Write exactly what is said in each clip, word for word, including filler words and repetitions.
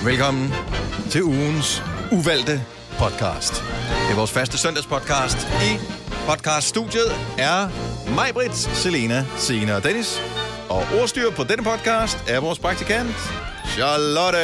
Velkommen til ugens uvalgte podcast. Det er vores faste søndagspodcast. I podcaststudiet er Majbrit, Selena, Signe og Dennis. Og ordstyr på denne podcast er vores praktikant, Charlotte.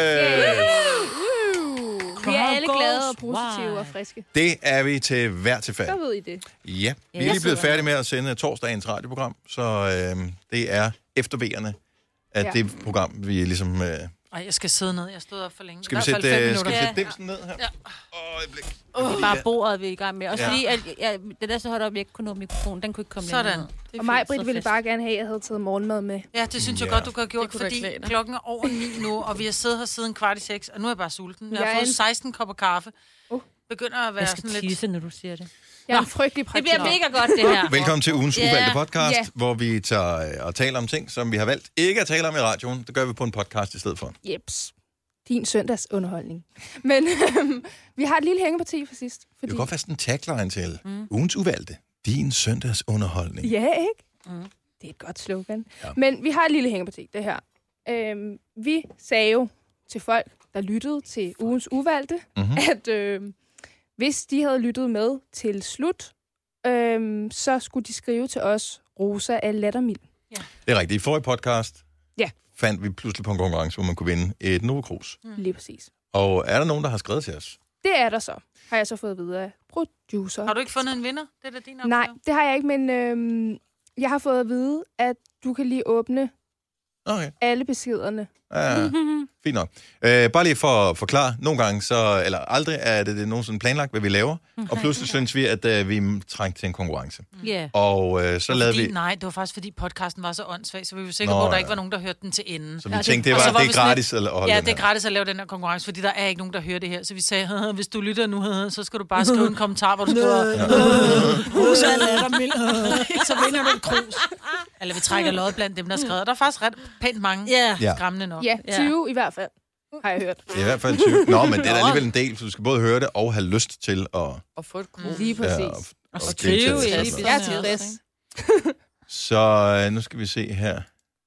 Vi er alle glade og positive og friske. Det er vi til hver til fald. Så ved I det. Ja, vi er lige blevet færdige med at sende torsdagens radioprogram, så øh, det er eftervejerne af ja. det program, vi ligesom... Øh, Ej, jeg skal sidde ned. Jeg stod op for længe. Skal vi sætte, øh, skal vi sætte dimsen ned her? Ja. Åh, oh, det er bare bordet, vi er i gang med. Også ja. fordi, at jeg, det der så holdt op, jeg ikke kunne nå mikrofonen. Den kunne ikke komme Sådan. ind. Og mig, Britt, ville bare gerne have, at jeg havde taget morgenmad med. Ja, det synes jeg ja. godt, du kan have gjort, fordi klokken er over ni nu, og vi har siddet her siden kvart i seks, og nu er jeg bare sulten. Jeg har fået seksten kopper kaffe. Uh. Begynder at være sådan lidt... Jeg skal tisse, når du siger det. Jeg er en frygtelig praktik. Det bliver mega godt, det her. Velkommen til ugens yeah. uvalgte podcast, yeah. hvor vi tager og taler om ting, som vi har valgt ikke at tale om i radioen. Det gør vi på en podcast i stedet for. Jeps. Din søndagsunderholdning. Men øhm, vi har et lille hængeparti for sidst. Fordi... Det kan godt være sådan en tagline til mm. ugens uvalgte. Din søndagsunderholdning. Ja, ikke? Mm. Det er et godt slogan. Ja. Men vi har et lille hængeparti, det her. Øhm, vi sagde jo til folk, der lyttede til ugens uvalgte, mm-hmm. at øhm, hvis de havde lyttet med til slut, øhm, så skulle de skrive til os Rosa af lattermild. Ja. Det er rigtigt. I forrige podcast ja. fandt vi pludselig på en konkurrence, hvor man kunne vinde et Nova Cruz. Mm. Lige præcis. Og er der nogen, der har skrevet til os? Det er der så. Har jeg så fået videre af producer. Har du ikke fundet en vinder? Det er da din opgave. Nej, det har jeg ikke, men øhm, jeg har fået at vide, at du kan lige åbne okay. alle beskederne. Ja, fint nok. Øh, bare lige for at forklare, nogle gange, så, eller aldrig er det, det nogensinde planlagt, hvad vi laver, og pludselig synes vi, at uh, vi trængte til en konkurrence. Yeah. Og uh, så lavede fordi, vi... Nej, det var faktisk, fordi podcasten var så åndssvag, så vi var sikre på, at der ikke var nogen, der hørte den til enden. Så vi ja, tænkte, det, var, var det er gratis at holde Ja, den det er gratis at lave den her konkurrence, fordi der er ikke nogen, der hører det her. Så vi sagde, hvis du lytter nu, så skal du bare skrive en kommentar, hvor du skriver, Rosa lattermild, så vinder du en krus. Eller vi trækker lod blandt dem, der har skrevet. Der er faktisk ret pænt mange yeah. skræmmende nok. Ja, tyve i hvert fald, har jeg hørt. Det er i hvert fald tyve. Nå, men det er alligevel en del, så du skal både høre det og have lyst til at... Og få et krus. Lige præcis. Ja, og, og skrive i. Jeg er tilfreds. Så nu skal vi se her.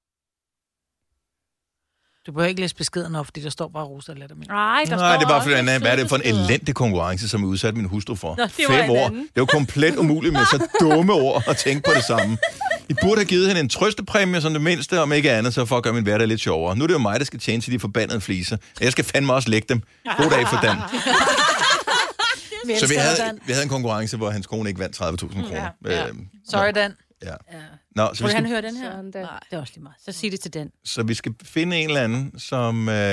Du behøver ikke læse beskeden op, fordi der står bare Rosa lattermild. Nej, der Nej, står det er bare fordi, hvad er det for en elendig konkurrence, som vi udsatte min hustru for? Nå, Fem år. Det var komplet umuligt med så dumme ord at tænke på det samme. I burde have givet hende en trøstepræmie som det mindste, om ikke andet, så for at gøre min hverdag lidt sjovere. Nu er det jo mig, der skal tjene til de forbandede fliser. Jeg skal fandme også lægge dem. God dag for Dan. Så vi havde, vi havde en konkurrence, hvor hans kone ikke vandt tredive tusind kroner. Ja, ja. Øhm, Sorry, Dan. Ja. Nå, så Må vi skal, han høre den her? Sådan, Nej, det er også lige meget. Så sig det til den. Så vi skal finde en eller anden, som... Øh...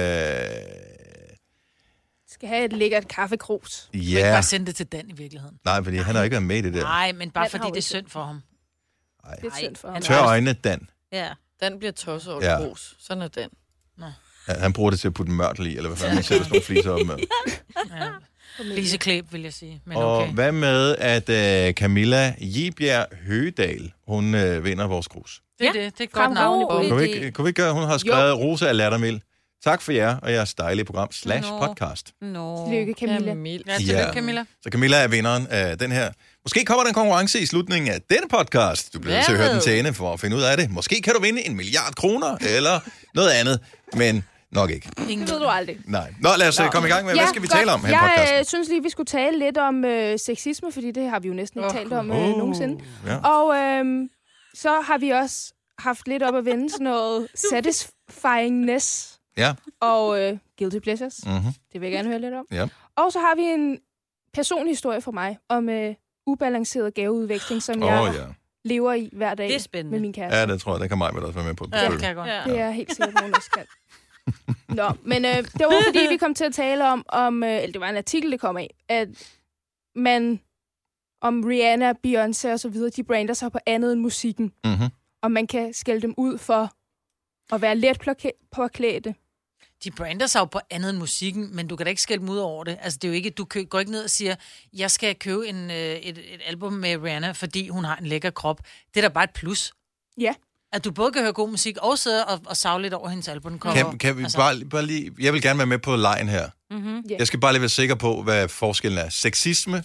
skal have et lækkert kaffekrus. Ja. Du kan ikke bare sende det til Dan i virkeligheden. Nej, fordi han har ikke været med i det der. Nej, men bare Dan fordi det er synd for ham. Nej. Det er synd for ham. Tør øjnene, Dan. Ja. Dan bliver tosset over ja. krus. Sådan er Dan. Nå. Ja, han bruger det til at putte mørtel i, eller hvad fanden man sætter sådan nogle fliser op med. Ja. Lise Klæb, vil jeg sige. Men og okay. hvad med, at uh, Camilla Jibjerg Høgedal, hun uh, vinder vores krus? Det er ja. det. Det er et godt navn. Kunne vi ikke, kunne vi ikke gøre, hun har skrevet jo. Rosa af lattermild. Tak for jer og jeres dejlige program slash podcast. Nå. Tillykke, Camilla. Camilla. Ja, tillykke, ja. Camilla. Så Camilla er vinderen af den her. Måske kommer der en konkurrence i slutningen af denne podcast. Du bliver nødt til at høre den til ende for at finde ud af det. Måske kan du vinde en milliard kroner eller noget andet, men nok ikke. Ingen ved du aldrig. Nej. Nå, lad os Nå. komme i gang med, ja, hvad skal vi godt. tale om her i podcasten? Jeg øh, synes lige, vi skulle tale lidt om øh, sexisme, fordi det har vi jo næsten ikke oh. talt om øh, oh. nogensinde. Ja. Og øh, så har vi også haft lidt op at vende sådan noget satisfyingness ja. og øh, guilty pleasures. Mm-hmm. Det vil jeg gerne høre lidt om. Ja. Og så har vi en personlig historie for mig om øh, ubalanceret gaveudveksling, som oh, jeg ja. lever i hver dag med min kæreste. Ja, det tror jeg, der kan mig også være med på. Ja, det kan jeg godt. Det er helt sikkert, nogen også kan. Nå, men øh, det var fordi, vi kom til at tale om, om øh, eller det var en artikel, der kom af, at man, om Rihanna, Beyoncé og så videre, de brander sig på andet end musikken. Mm-hmm. Og man kan skælde dem ud for at være let påklædte. De brander sig jo på andet end musikken, men du kan da ikke skælde dem ud over det. Altså, det er jo ikke, du går ikke ned og siger, jeg skal købe en, et, et album med Rihanna, fordi hun har en lækker krop. Det er da bare et plus. Ja. At du både kan høre god musik og sidde og, og savle lidt over hendes album. Kan, kan vi altså. bare, bare lige... Jeg vil gerne være med på lejen her. Mm-hmm. Yeah. Jeg skal bare lige være sikker på, hvad forskellen er. Sexisme,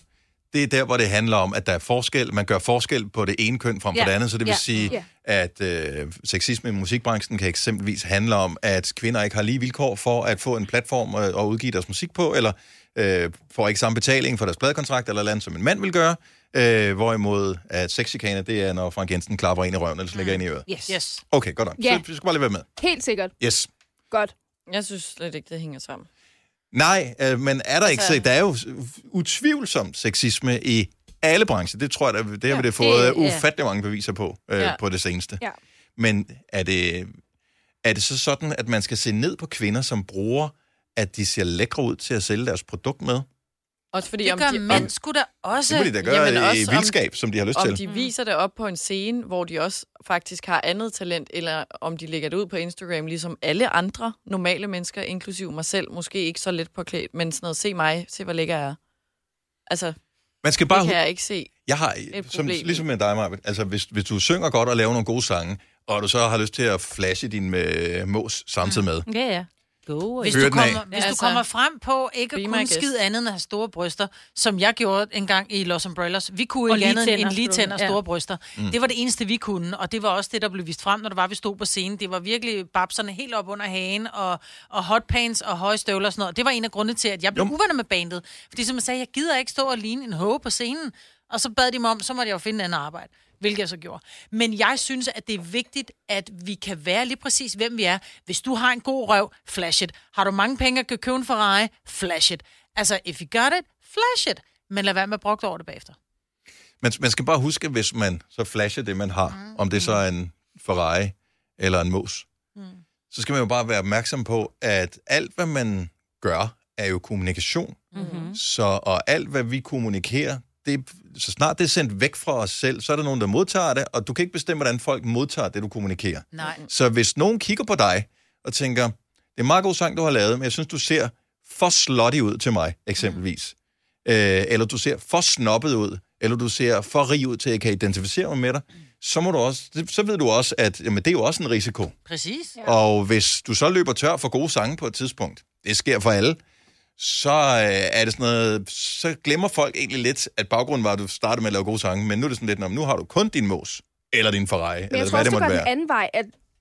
det er der, hvor det handler om, at der er forskel. Man gør forskel på det ene køn frem for Ja. det andet, så det vil Ja. sige, Ja. at øh, sexisme i musikbranchen kan eksempelvis handle om, at kvinder ikke har lige vilkår for at få en platform og, og udgive deres musik på, eller øh, får ikke samme betaling for deres pladekontrakt, eller land, som en mand vil gøre. Øh, hvorimod at sexchikane, det er, når Frank Jensen klapper ind i røven, eller slikker mm. ind i øret. Yes. Yes. Okay, godt nok. Ja. Så vi skal bare lige være med. Helt sikkert. Yes. Godt. Jeg synes slet ikke, det hænger sammen. Nej, øh, men er der Altså- ikke... Der er jo utvivlsomt sexisme i alle brancher. Det tror jeg, der, det har vi det fået det- ja. ufattelig mange beviser på, øh, Ja. på det seneste. Ja. Men er det, er det så sådan, at man skal se ned på kvinder, som bruger, at de ser lækre ud til at sælge deres produkt med? Også fordi Det om gør de, mænd sgu da også. Det må de da gøre Jamen, i også om- vildskab, som de har lyst om til. de viser det op på en scene, hvor de også faktisk har andet talent, eller om de lægger det ud på Instagram, ligesom alle andre normale mennesker, inklusive mig selv, måske ikke så let påklædt, men sådan noget, se mig, se hvor lækker jeg er. Altså, Man skal bare... det kan jeg ikke se. Jeg har, et som, problem. ligesom med dig, Maja, altså hvis, hvis du synger godt og laver nogle gode sange, og du så har lyst til at flashe din øh, mås samtidig med, Ja, ja. Go. Hvis, Fyr du den af. kommer, hvis Altså, du kommer frem på ikke at be my kunne guest. skide andet end at have store bryster, som jeg gjorde engang i Los Umbrellas. Vi kunne Og ikke andet lige end tænder, lige tænder og skulle du- store bryster. Mm. Det var det eneste, vi kunne, og det var også det, der blev vist frem, når det var, vi stod på scenen. Det var virkelig babserne helt op under hagen, og, og hotpants og høje støvler og sådan noget. Det var en af grundene til, at jeg blev Jo. uvenner med bandet. Fordi som jeg sagde, jeg gider ikke stå og ligne en håge på scenen. Og så bad de mig om, så måtte jeg jo finde en anden arbejde. Hvilket jeg så gjorde. Men jeg synes, at det er vigtigt, at vi kan være lige præcis, hvem vi er. Hvis du har en god røv, flash it. Har du mange penge at kan købe en Ferrari, flash it. Altså, if you got it, flash it. Men lad være med at brokke over det bagefter. man, man skal bare huske, hvis man så flasher det, man har, mm. om det så er en Ferrari eller en mås, mm. så skal man jo bare være opmærksom på, at alt, hvad man gør, er jo kommunikation. Mm-hmm. Så, og alt, hvad vi kommunikerer, det, så snart det er sendt væk fra os selv, så er der nogen, der modtager det, og du kan ikke bestemme, hvordan folk modtager det, du kommunikerer. Nej. Så hvis nogen kigger på dig og tænker, det er en meget god sang, du har lavet, men jeg synes, du ser for slutty ud til mig, eksempelvis. Mm. Øh, eller du ser for snobbet ud, eller du ser for rig ud til, at jeg kan identificere mig med dig, så, må du også, så ved du også, at jamen, det er jo også en risiko. Præcis. Ja. Og hvis du så løber tør for gode sange på et tidspunkt, det sker for alle, så øh, er det sådan noget, så glemmer folk egentlig lidt, at baggrunden var, at du startede med at lave gode sange, men nu er det sådan lidt, nå, nu har du kun din mås, eller din Ferrari, Men eller jeg tror hvad også, det det måtte går den være. anden vej, at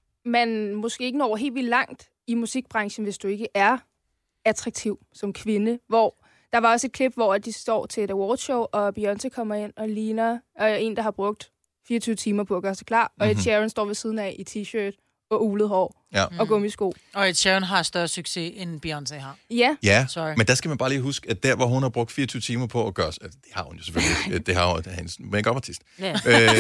man måske ikke når helt vildt langt i musikbranchen, hvis du ikke er attraktiv som kvinde. Hvor der var også et klip, hvor de står til et awardshow, og Beyoncé kommer ind og ligner øh, en, der har brugt fireogtyve timer på at gøre sig klar, og Ed Sheeran står ved siden af i t-shirt og ulet hår Ja. og gummisko. Og Ed Sheeran har større succes, end Beyoncé har. Ja, Ja, Sorry. men der skal man bare lige huske, at der, hvor hun har brugt fireogtyve timer på at gøre... Altså, det har hun jo selvfølgelig. Det har hun, det er hendes make-up-artist. Ja. Øh,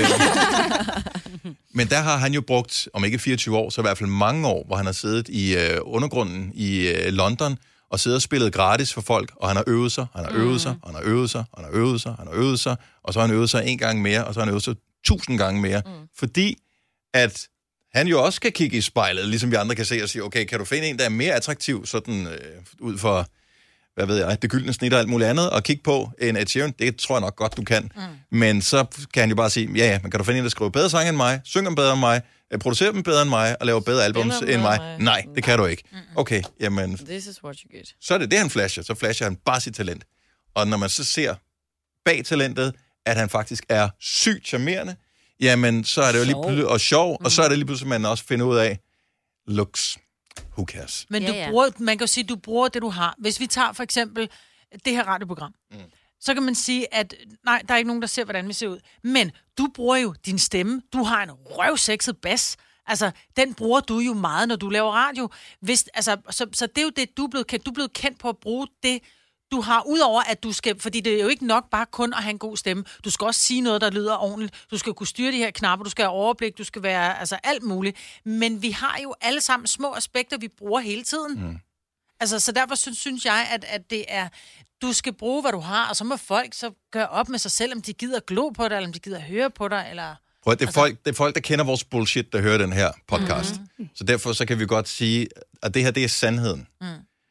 men der har han jo brugt, om ikke fireogtyve år, så i hvert fald mange år, hvor han har siddet i øh, undergrunden i øh, London og siddet og spillet gratis for folk, og han har øvet sig, han har øvet sig, og han har øvet sig, og han har øvet sig, han har øvet sig, og så har han øvet sig en gang mere, og så har han øvet sig tusind gange mere. Mm. Fordi at han jo også kan kigge i spejlet, ligesom vi andre kan se og sige, okay, kan du finde en, der er mere attraktiv, sådan øh, ud for, hvad ved jeg, det gyldne snit og alt muligt andet, og kigge på en Ed Sheeran, det tror jeg nok godt, du kan. Mm. Men så kan han jo bare sige, ja, ja, men kan du finde en, der skriver bedre sange end mig, synger bedre end mig, øh, producerer dem bedre end mig, og laver bedre albums Spiller end bedre mig? end mig. Nej, det kan du ikke. Okay, jamen, This is what you get. så er det det, han flasher. Så flasher han bare sit talent. Og når man så ser bag talentet, at han faktisk er sygt charmerende, jamen, så er det jo lige pludselig, og sjov, mm. og så er det lige pludselig, man også finder ud af, looks, who cares? Men Ja, du ja. bruger, man kan jo sige, at du bruger det, du har. Hvis vi tager for eksempel det her radioprogram, mm. så kan man sige, at nej, der er ikke nogen, der ser, hvordan vi ser ud. Men du bruger jo din stemme. Du har en røvsexet bas. Altså, den bruger du jo meget, når du laver radio. Hvis, altså, så, så det er jo det, du er blevet kendt. Du er blevet kendt på at bruge det, du har, udover at du skal, fordi det er jo ikke nok bare kun at have en god stemme. Du skal også sige noget, der lyder ordentligt. Du skal kunne styre de her knapper, du skal have overblik, du skal være, altså alt muligt. Men vi har jo alle sammen små aspekter, vi bruger hele tiden. Mm. Altså, så derfor synes, synes jeg, at, at det er, du skal bruge, hvad du har, og så må folk så gøre op med sig selv, om de gider glo på dig, eller om de gider høre på dig, eller... Prøv, det, er altså... folk, det er folk, der kender vores bullshit, der hører den her podcast. Mm. Så derfor så kan vi godt sige, at det her, det er sandheden. Mm.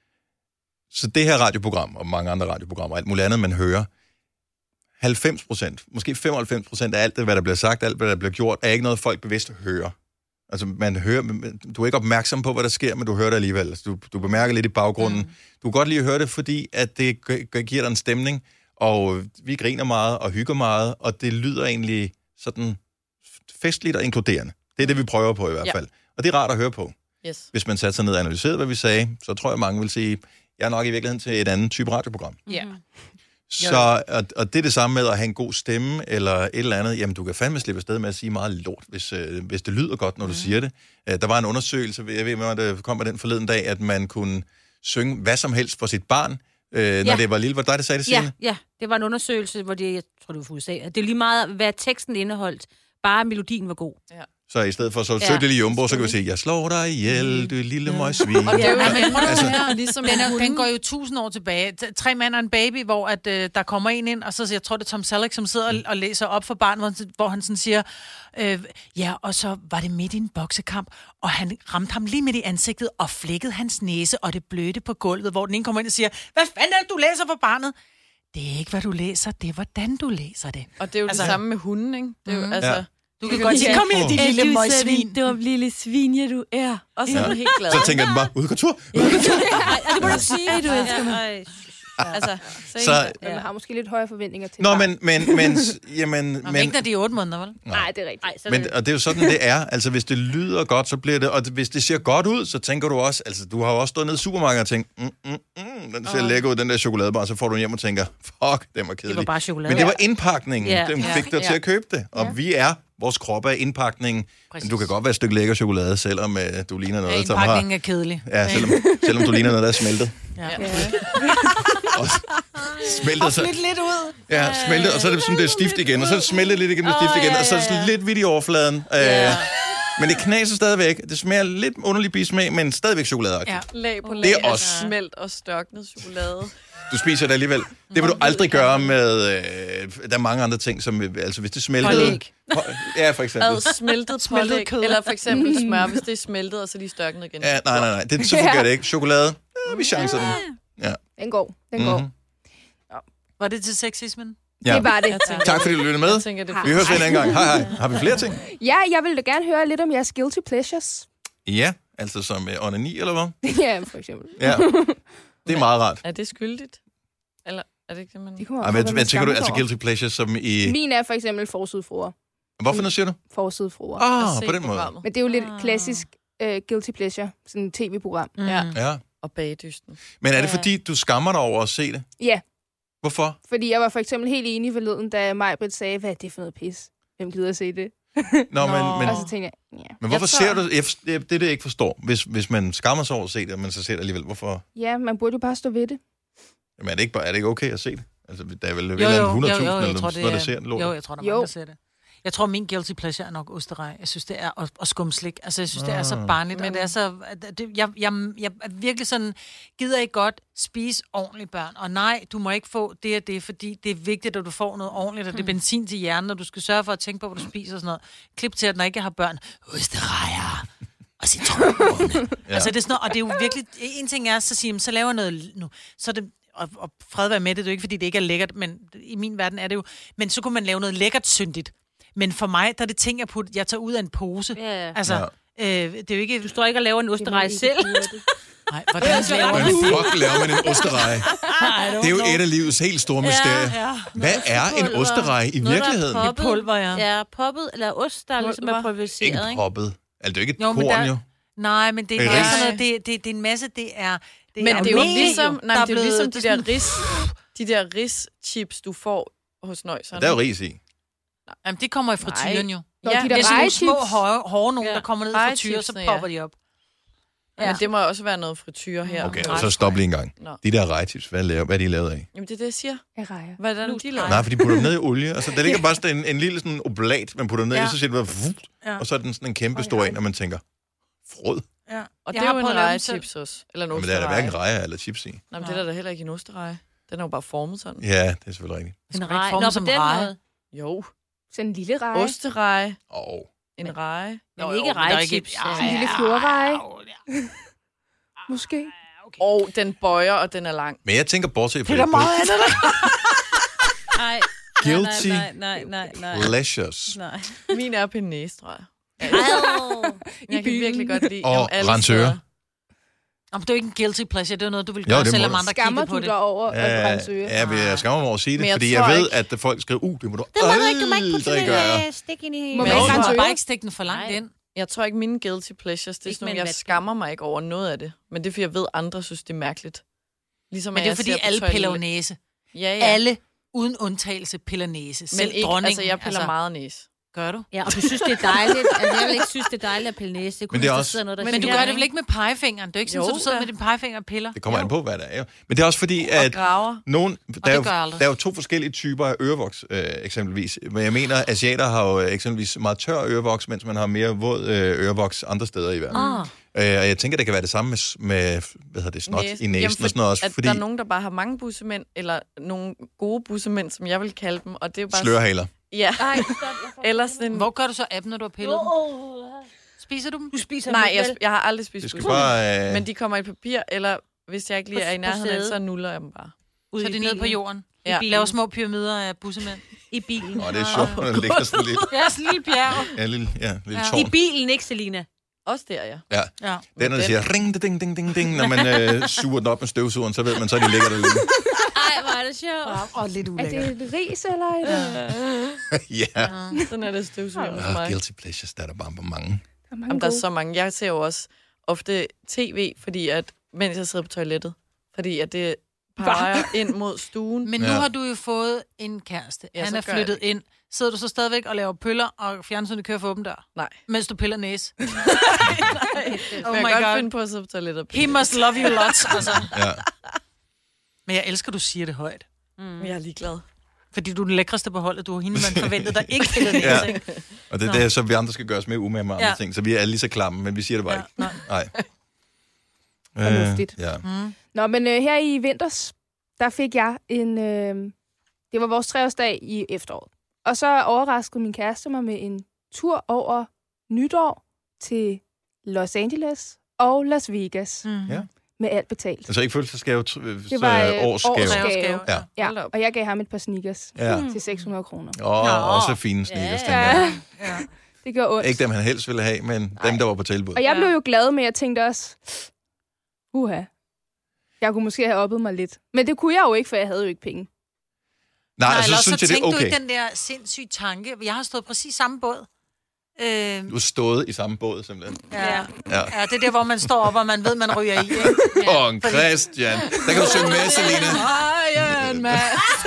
Så det her radioprogram, og mange andre radioprogrammer, alt muligt andet, man hører, halvfems procent, måske femoghalvfems procent af alt det, hvad der bliver sagt, alt hvad der bliver gjort, er ikke noget, folk bevidst hører. Altså, man hører, du er ikke opmærksom på, hvad der sker, men du hører det alligevel. Altså, du, du bemærker lidt i baggrunden. Mm. Du kan godt lide at høre det, fordi at det giver dig en stemning, Og vi griner meget og hygger meget, og det lyder egentlig sådan festligt og inkluderende. Det er det, vi prøver på i hvert fald. Ja. Og det er rart at høre på. Yes. Hvis man satte sig ned og analyserede, hvad vi sagde, så tror jeg, mange vil sige, jeg er nok i virkeligheden til et andet type radioprogram. Ja. Så, og, og det er det samme med at have en god stemme, eller et eller andet. Jamen, du kan fandme slippe afsted med at sige meget lort, hvis, øh, hvis det lyder godt, når du mm. siger det. Øh, der var en undersøgelse, jeg ved, at det kom med den forleden dag, at man kunne synge hvad som helst for sit barn, øh, når Ja. det var lille. Var det dig, der sagde det, Signe? Ja, ja, det var en undersøgelse, hvor det, jeg tror, det var for U S A, at det er lige meget, hvad teksten indeholdt, bare melodien var god. Ja. Så i stedet for så Ja. søg det lige jumbo, så kan vi sige, jeg slår dig ihjel, du lille møgsvin. Og det er jo Ja, men prøv at Altså- høre, ligesom den, er, en den hund. går jo tusind år tilbage. T- Tre mænd og en baby, hvor at, øh, der kommer en ind, og så jeg tror, det er Tom Selleck, som sidder og, og læser op for barnet, hvor, han- hvor han sådan siger, øh, ja, og så var det midt i en boksekamp, og han ramte ham lige midt i ansigtet, og flækkede hans næse, og det blødte på gulvet, hvor den ene kommer ind og siger, hvad fanden er det, du læser for barnet? Det er ikke, hvad du læser, det er, hvordan du læser det. Og det er jo altså, Altså- det samme med hunden, ikke? Det er jo, Mhm. altså, Ja. Du kan godt sige, kom her, dit lille møgsvin. Det var lille svin, ja, du er. Og så er Ja. du helt glad. Så tænker den bare, ud kultur. Ej, det må du sige. Ej, du elsker mig. Ej, Altså, så, Så- så Men man har måske lidt højere forventninger til Nå, barn. men, men, men, jamen, Nå, men men, ikke, når de er otte måneder, vel? Nej, det er rigtigt. Ej, så er men, det... og det er jo sådan, det er. Altså, hvis det lyder godt, så bliver det, og hvis det ser godt ud, så tænker du også, altså, du har jo også stået nede i supermarkedet og tænkt, mm, mm, mm, den ser oh. lækker ud, den der chokoladebar, så får du hjem og tænker, fuck, den var kedelig. Det var bare chokolade. Men det var indpakningen, Ja. den Ja. fik dig Ja. til at købe det. Og Ja. vi er, vores krop er indpakningen. Præcis. Men du kan godt være et stykke lækker chokolade, selvom uh, du ligner Ja, noget, som har... indpakningen er kedelig. Ja, selvom, selvom du ligner noget, der er smeltet. Ja. Og smeltet, så, Lidt lidt ud. ja, smeltet, og så er det sådan, det er stift igen, og så er det smeltet lidt igen, og stift Åh, igen, ja, og så er det ja, sådan ja. lidt hvidt i overfladen. Ja. Øh, men det knaser stadigvæk. Det smager lidt underlig bismag, men stadigvæk chokoladeagtigt. Ja. lag på lag Det er af også- smelt og størknet chokolade. Du spiser det alligevel. Det vil du aldrig gøre med... Øh, der er mange andre ting, som... Altså, hvis det smeltede... Pålæg. Ja, for eksempel. Ad smeltet Smeltet pålæg, kød. eller for eksempel smør, hvis det er smeltet, og så lige størknet igen. Ja, nej, nej, nej. Det, så fungerer det ikke. Chokolade, ja, vi chancer den. Den går. Den går. Mhm. Var det til sexismen? Ja. Det var det. Tak fordi du lyttede med. Jeg tænker, det er Vi høres ved en anden gang. Hej, hej. Har vi flere ting? Ja, jeg vil da gerne høre lidt om jeres guilty pleasures. Ja, altså som uh, onani, eller hvad? Ja, for eksempel. Ja. Det er meget rart. Er det skyldigt? Eller er det ikke det, man... Det kommer Ej, også men, hvad hvad man tænker du, skammer altså sig over. guilty pleasure som i... Min er for eksempel forsidefruer. Hvorfor nu siger du? Forsidefruer. Ah, at se på den måde. programmet. Men det er jo lidt Ah. klassisk uh, guilty pleasure. Sådan et tv-program. Mm. Ja. Ja. Og bagdysten. Men er det Ja. fordi, du skammer dig over at se det? Ja, Hvorfor? fordi jeg var for eksempel helt enig forleden, da Majbrit sagde, hvad er det for noget pis? Hvem gider at se det? Nå, men, men, Og så tænkte jeg, ja. men hvorfor Jeg ser tror- du... Jeg, forst- det er det, jeg ikke forstår. Hvis, hvis man skammer sig over at se det, men så ser det alligevel, hvorfor... Ja, man burde jo bare stå ved det. Jamen, er det ikke, bare, er det ikke okay at se det? Altså, der er vel Jo, jo, jo, hundrede jo, tusind jo, jeg eller tror, sådan noget, der det ser den lort. Jo, jeg tror, der er Jo. mange, der ser det. Jeg tror, min guilty pleasure er nok osterej. Jeg synes, det er at, at skumme slik. Altså, jeg synes, det er så Ah. barnligt, Men- og det er så... at Det, jeg, jeg, jeg er virkelig sådan... Gider ikke godt spise ordentligt, børn? Og nej, du må ikke få det og det, fordi det er vigtigt, at du får noget ordentligt, og det er benzin til hjernen, og du skal sørge for at tænke på, hvad du spiser og sådan noget. Klip til, at når jeg ikke har børn. Osterejer og citronmåne. ja. Altså, det er sådan noget, og det er jo virkelig... En ting er, så siger jeg, så laver jeg noget nu. Så er det... Og, og fred være med det, det er jo ikke, fordi det ikke er lækkert, men i min verden er det jo... Men så kunne man lave noget lækkert syndigt. Men for mig, der er det ting, jeg, putter, jeg tager ud af en pose. Ja, ja. Altså, øh, det er jo ikke... Du står ikke og laver en osterej selv. Nej, hvordan laver Hvordan man det? fuck laver man en osterej? Det er jo et af livets helt store mysterier. Ja, ja. Hvad er en pulver. osterej i Noget, der er virkeligheden? poppet. Pulver, ja. Ja, poppet, eller ost, der ligesom er Pulver. pulveriseret, Ikke ikke? poppet. Altså, det er jo ikke et Jo, men korn, der- jo. Nej, men det er, Er det det er ris? sådan noget, det, det, det er en masse, det er... Det Men det er jo mel, ligesom, der nej, er det er jo blevet- ligesom de det er der sådan- ris, de der rischips, du får hos nøjserne. Der er jo ris i. Jamen, det kommer i frityren jo. Nå, Ja, de Det der er sådan nogle rejechips. små, hårde, hårde nogen, Ja. der kommer ned i frityren, så Rejechipsene, popper ja. de op. Ja. Men det må også være noget frityre her. Okay, Ret og så stop lige en gang. Nå. De der rejtips, hvad, laver, hvad er de lavet af? Jamen, det er det, jeg siger. Jeg rejer. Hvordan Nu- de laver. Nej, for de putter dem ned i olie. Altså, der ligger bare sådan en, en lille sådan oblat, man putter ned i, Ja. så siger det bare... Ja. Og så er den sådan en kæmpe stor en, og man tænker, frød. Ja. Og Jeg det har er jo en prøvet at lave dem selv. rejechips også. Eller en Men der er der ostereje. hverken rejer eller chips i. Nå, men det er der da heller ikke en ostereje. Den er jo bare formet sådan. Ja, det er selvfølgelig rigtigt. En En rej rej. form Nå, på som den reje. måde. Jo. Sådan en lille reje. Ostereje. Og En reje. Men ikke rejechips. En lille fjordreje. Måske. Og den bøjer, og den er lang. Men jeg tænker, bortset fra Det er der meget andet, der. Nej. Guilty Nej, nej, nej, nej, nej. pleasures. nej. Min er penæstrøg. Ej. Jeg kan virkelig godt lide Og om alle rensøre. steder. Om det er jo ikke en guilty pleasure, det er noget, du vil Jo, gøre, det selvom må du. andre Skammer kigger på du det. dig over at brænde søge? Ja, jeg, jeg skammer mig over at sige det, Men jeg fordi jeg tror ved, ikke- at folk skriver, uh, det må du Det må du ikke, du må ikke putte aldrig gøre. sådan en stik ind i... Må Men man jeg ikke kan brænde bare søge? ikke stikke den for langt Nej. ind. Jeg tror ikke, mine guilty pleasures, det er Ikke sådan med nogle, en jeg vat. skammer mig ikke over noget af det. Men det er, fordi jeg ved, andre synes, det er mærkeligt. Ligesom Men at det er jeg fordi, ser på alle toilet- piller jo næse. Ja, ja. Alle, uden undtagelse, piller næse. Men Selv ikke, dronningen. altså, jeg piller altså, meget næse. Gør du? Ja, og du synes, det er dejligt. Altså, jeg vil ikke synes, det er dejligt at pille næse. Det Men det er hvis der også- sidder noget, der Men du siger, gør det vel ikke med pegefingeren? Det er jo ikke sådan, Jo, at du sidder da. med din pegefinger og piller. Det kommer an på, hvad der er. Jo. Men det er også fordi, Og at graver. nogen, der, er det jo, gør jeg aldrig. der er jo to forskellige typer af ørevoks, øh, eksempelvis. Men jeg mener, at asiater har jo eksempelvis meget tør ørevoks, mens man har mere våd øh, ørevoks andre steder i verden. Ah. Øh, og jeg tænker, det kan være det samme med, med hvad hedder det, snot Næse. i næsen Jamen, og sådan noget også, At fordi der er nogen, der bare har mange bussemænd, eller nogle gode bussemænd, som jeg vil kalde dem. Og det er jo bare... slørhaler. Ja, Ej, eller sådan en... Hvor gør du så af dem, når du har pillet dem? Spiser du dem? du spiser Nej, dem jeg, vel? jeg har aldrig spist Det skal bussemænd. bare... Øh, Men de kommer i papir, eller hvis jeg ikke lige På- er i på nærheden af det, sædet. så nuller jeg dem bare. Ude Så i er de nede på bilen. jorden. Ja. bilen. Laver små pyramider af bussemænd. I bilen. Åh, det er sjovt, når der ligger sådan lidt, Ja, sådan en lille bjerg. ja, lille, ja, lille Ja. tårn. I bilen, ikke, Selina? Også der, ja. Ja. Ja. Den, når der siger ring, ding, ding, ding, ding, når man øh, suger den op med støvsugeren, så ved man, så de ligger der lidt. Ej, hvor er det sjovt. Og lidt Er ulækkert. det et ris eller et? Ja. Sådan er det støvsuger for Oh, mig. guilty pleasures, der er der bare på mange. Der er mange Jamen, der er gode. så mange. Jeg ser jo også ofte tv, fordi at, mens jeg sidder på toilettet. Fordi at det peger ind mod stuen. Men nu Ja. har du jo fået en kæreste. Ja, Han så er gør jeg flyttet ind. Sidder du så stadigvæk og laver pøller, og fjernsynet kører for åben dør, Nej. mens du piller næse? Oh Oh jeg my kan godt god. finde på at sidde på toilettet. og He pille. must love you lots, altså. Ja. Men jeg elsker, du siger det højt. Men jeg er ligeglad. Fordi du er den lækreste på holdet. Du er hende, man forventede, der ikke pillede næse. Ja. Ja. Og det er det, så vi andre skal gøre os mere umage med andre Ja. ting. Så vi er lige så klamme, men vi siger det bare Ja, ikke. nej. Nej. Fornuftigt. Øh, ja. Mm. Nå, men øh, her i vinters, der fik jeg en... Øh, det var vores treårsdag i efteråret. Og så overraskede min kæreste mig med en tur over nytår til Los Angeles og Las Vegas. Mm. Ja. Med alt betalt. Altså ikke fødselsdagsgave, tr- Det var så øh, årsgave. årsgave. Årsgave. Ja. Ja, Hold da op. og jeg gav ham et par sneakers Ja. til seks hundrede kroner. Og Nå. også fine sneakers, Ja. ja. jeg. Ja, det gør ondt. Ikke dem, han helst ville have, men dem, Nej. der var på tilbud. Og jeg Ja. blev jo glad, men jeg tænkte også, uha, jeg kunne måske have oppet mig lidt. Men det kunne jeg jo ikke, for jeg havde jo ikke penge. Nej, Nej, altså, eller så så synes jeg, det er tænkte du okay. ikke den der sindssyge tanke. Jeg har stået præcis samme båd. Øh, Du har stået i samme båd, simpelthen. ja. Ja. ja, det er der, hvor man står op, og man ved, man ryger i. Ikke? Åh, oh, Christian. Der kan du synge med, Selina. Iron Man.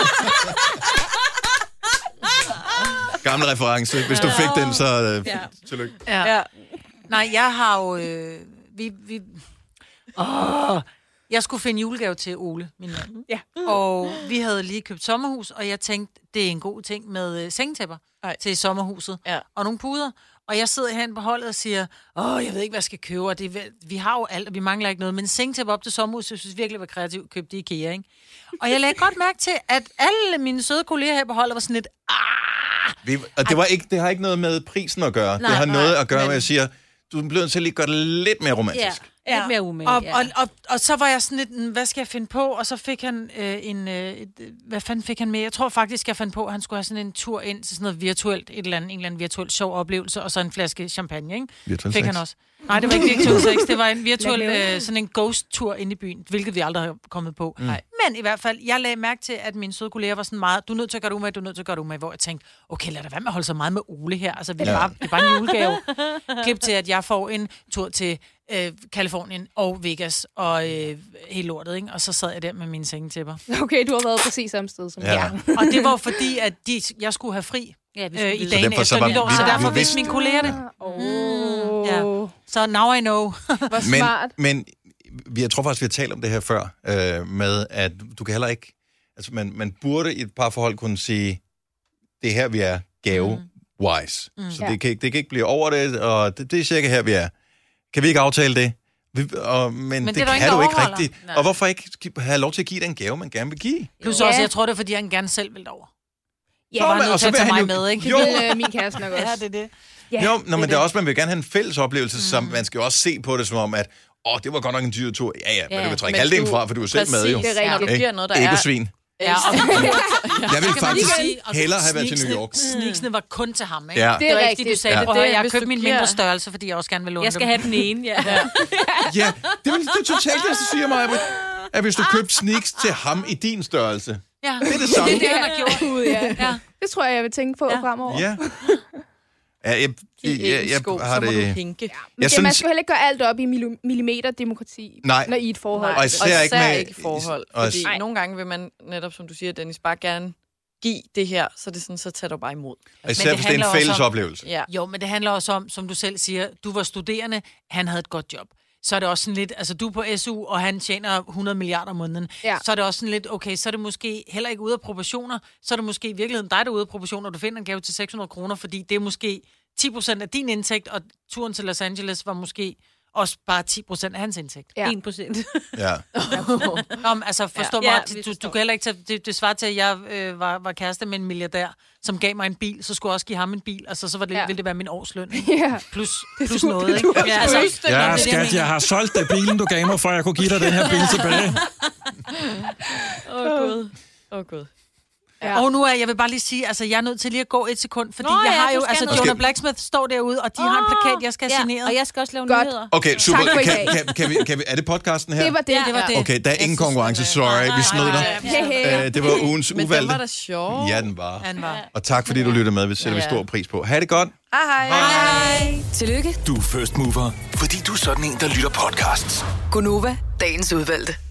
Gamle reference. Hvis du fik den, så øh, Ja. tillykke. Ja. Ja. Nej, jeg har jo... Øh, vi, vi, åh, jeg skulle finde julegave til Ole, min mand. Ja. Og vi havde lige købt sommerhus, og jeg tænkte, det er en god ting med øh, sengetæpper Ej. til sommerhuset. Ja. Og nogle puder. Og jeg sidder herinde på holdet og siger, åh, jeg ved ikke, hvad jeg skal købe. Og det er, vel- vi har jo alt, og vi mangler ikke noget. Men sengetæpper op til sommerhuset, jeg synes virkelig var kreativt, købte i IKEA, ikke? Og jeg lagde godt mærke til, at alle mine søde kolleger her på holdet var sådan lidt, ah, Vi, og det, var ikke, det har ikke noget med prisen at gøre. Nej, det har nej, noget at gøre men- med, at jeg siger, du bliver nødt til at lige gøre det lidt mere romantisk. Ja, lidt mere umage. Og, ja. og, og, og så var jeg sådan lidt, "Mm, hvad skal jeg finde på? Og så fik han øh, en, øh, et, øh, hvad fanden fik han med? Jeg tror faktisk, jeg fandt på, at han skulle have sådan en tur ind til sådan noget virtuelt, et eller andet, en eller anden virtuel sjov oplevelse, og så en flaske champagne, ikke? Virtuel Fik sex. han også. Nej, det var ikke virtuel sex, det var en virtuel, Lad øh, sådan en ghost-tur ind i byen, hvilket vi aldrig har kommet på. Mm. Men i hvert fald, jeg lagde mærke til, at mine søde kolleger var sådan meget, du er nødt til at gøre det umage, du er nødt til at gøre det umage, hvor jeg tænkte, okay, lad da være med at holde så meget med Ole her, altså vi er, Ja. bare, det er bare en julegave. Klip til, at jeg får en tur til øh, Kalifornien og Vegas og øh, hele lortet, ikke? Og så sad jeg der med mine sengetæpper. Okay, du har været præcis samme sted som Ja. jeg. Og det var fordi, at de, jeg skulle have fri Ja, vi øh, skulle i vide. dagen derfor så efter var- nytår, vi- så vi derfor vidste- vidste mine kolleger det. Oh. Ja. Så now I know. Hvor Men, smart. men vi, jeg tror faktisk, vi har talt om det her før, øh, med at du kan heller ikke... Altså, man, man burde i et par forhold kunne sige, det er her, vi er gave-wise. Mm. Mm. Så Ja. det kan, ikke- det kan ikke blive over det, og det, det er cirka her, vi er. Kan vi ikke aftale det? Vi, og, men, men det det, er der kan ingen, du der ikke overholder. rigtigt. Nej. Og hvorfor ikke gi- have lov til at give den gave, man gerne vil give? Plus Ja. også, jeg tror det er, fordi han gerne selv vil over. Ja, Så var han men- nødt og til så at vil tage han mig jo- med, ikke? Jo. Det vil øh, min kæreste nok også. Ja, det er det. Ja, Jo, nå, men det det er også, man vil gerne have en fælles oplevelse, mm. som man skal også se på det som om, at åh, det var godt nok en dyr tur. Ja, ja, men Ja, du vil trække men halvdelen du- fra, for du er selv med, jo. Det er rigtigt. Når du Ikke? giver noget, der er... Egosvin. Ja, og, Jeg vil faktisk sige, og hellere have været til sneaksene- New York. Sneaksene var kun til ham, ikke? Ja. Det er Det rigtigt. du sagde, Ja. ja. det, det, jeg Hvis købte du min giver- mindre størrelse, fordi jeg også gerne vil låne Jeg skal dem. have den ene, ja. Ja, det er, det er totalt det, der siger mig, at hvis du købte sneaks til ham i din størrelse, Ja. det er det samme. Det er det, han har gjort. Gud, ja. Ja. Det tror jeg, jeg vil tænke på ja. fremover. Ja. Ja, jeg, jeg, I jeg, en jeg sko, har så må du det... hinke. Men Jeg det, man synes, skal jo heller ikke gøre alt op i milli- millimeterdemokrati, Nej. når I er et forhold. Og især og ikke især med- ikke i forhold. og- Fordi Nej. nogle gange vil man, netop som du siger, Dennis, bare gerne give det her, så det er sådan, så tager du bare imod. især det hvis det er en handler også fælles om- oplevelse. Ja. Jo, men det handler også om, som du selv siger, du var studerende, han havde et godt job. Så er det også sådan lidt, altså du er på S U, og han tjener hundrede milliarder om måneden. Ja. Så er det også sådan lidt, okay, så er det måske heller ikke ude af proportioner. Så er det måske i virkeligheden dig, der er ude af proportioner, og du finder en gave til seks hundrede kroner, fordi det er måske ti procent af din indtægt, og turen til Los Angeles var måske også bare ti procent af hans indtægt. Ja. en procent. Ja. Nå, men altså forstå Ja. mig, Ja, vi du, du forstår. kan heller ikke tage, det, det svarer til, at jeg øh, var, var kæreste med en milliardær, som gav mig en bil, så skulle jeg også give ham en bil, altså så var det, Ja. ville det være min årsløn, ikke? Ja. Plus, plus noget, ikke? Ja, altså, Ja, det er det, skat, mener. jeg har solgt dig bilen, du gav mig, for jeg kunne give dig den her bil tilbage. Åh, oh, Gud. Åh, oh, Gud. Ja. Og nu er jeg vil bare lige sige, altså jeg er nødt til lige at gå et sekund, fordi Nå, jeg ja, har du jo, skal altså noget. Jonah Blacksmith står derude, og de har en plakat, jeg skal have signeret. Og jeg skal også lave Godt. nyheder. Okay, super. Tak for i Kan, dag. kan, kan, vi, kan vi, er det podcasten her? Det var det. Ja, det var det. Okay, der er ingen konkurrence. Sorry, vi snød dig. Hey, hey. Øh, Det var ugens Men den uvalgte. var da sjov. Ja, den var. Han var. Og tak fordi du lyttede med. Vi sætter vi Ja. stor pris på. Ha' det godt. Hej, hej. Tillykke, Du er first mover, fordi du er sådan en, der lytter podcasts. Gunova, dagens udvalgte.